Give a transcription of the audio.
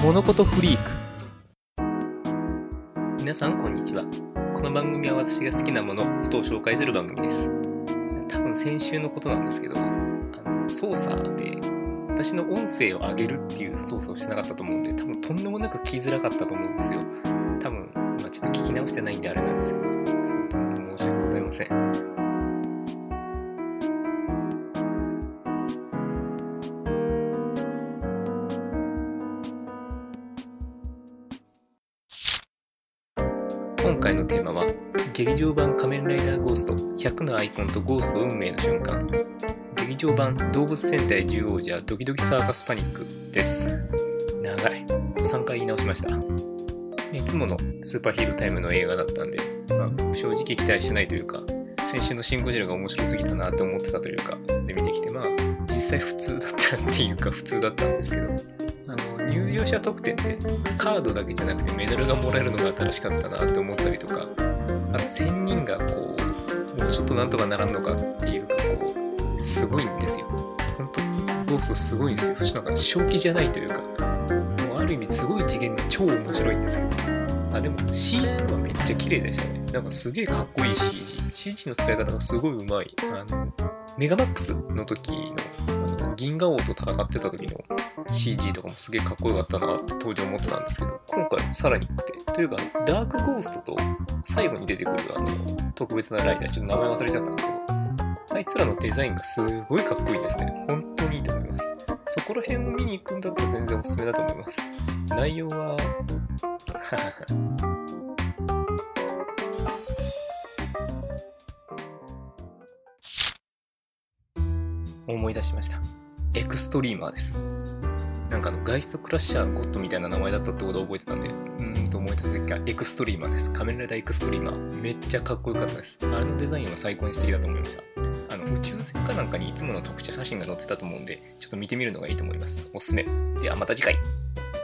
物事フリーク。皆さんこんにちは。この番組は私が好きなものことを紹介する番組です。多分先週のことなんですけど、操作で私の音声を上げるっていう操作をしてなかったと思うんで、多分とんでもなく聞きづらかったと思うんですよ。多分、ちょっと聞き直してないんであれなんですけど、本当に申し訳ございません。今回のテーマは劇場版仮面ライダーゴースト100のアイコンとゴースト運命の瞬間、劇場版動物戦隊獣王者ドキドキサーカスパニックです。長い、3回言い直しました。いつものスーパーヒーロータイムの映画だったんで、正直期待してないというか、先週のシンゴジラが面白すぎたなって思ってたというかで見てきて、実際普通だったっていうか普通だったんですけど、入場者特典でカードだけじゃなくてメダルがもらえるのが新しかったなって思ったりとか、あと1000人がもうちょっとなんとかならんのかっていうか、すごいんですよ。本当ゴーストすごいんですよ。なんか正気じゃないというか、もうある意味すごい次元で超面白いんですけど、でも CG はめっちゃ綺麗でしたね。なんかすげえかっこいい CG の使い方がすごいうまい。メガマックスの時の銀河王と戦ってた時の CG とかもすげえかっこよかったなって当時思ってたんですけど、今回さらに良くて、というかダークゴーストと最後に出てくる特別なライダー、ちょっと名前忘れちゃったんですけど、あいつらのデザインがすごいかっこいいですね。本当にいいと思います。そこら辺を見に行くんだったら全然おすすめだと思います。内容は思い出しました。エクストリーマーです。なんかガイストクラッシャーゴッドみたいな名前だったってことを覚えてたんで、思い出した結果、エクストリーマーです。仮面ライダーエクストリーマー。めっちゃかっこよかったです。あれのデザインは最高に素敵だと思いました。宇宙船かなんかにいつもの特写写真が載ってたと思うんで、ちょっと見てみるのがいいと思います。おすすめ。ではまた次回。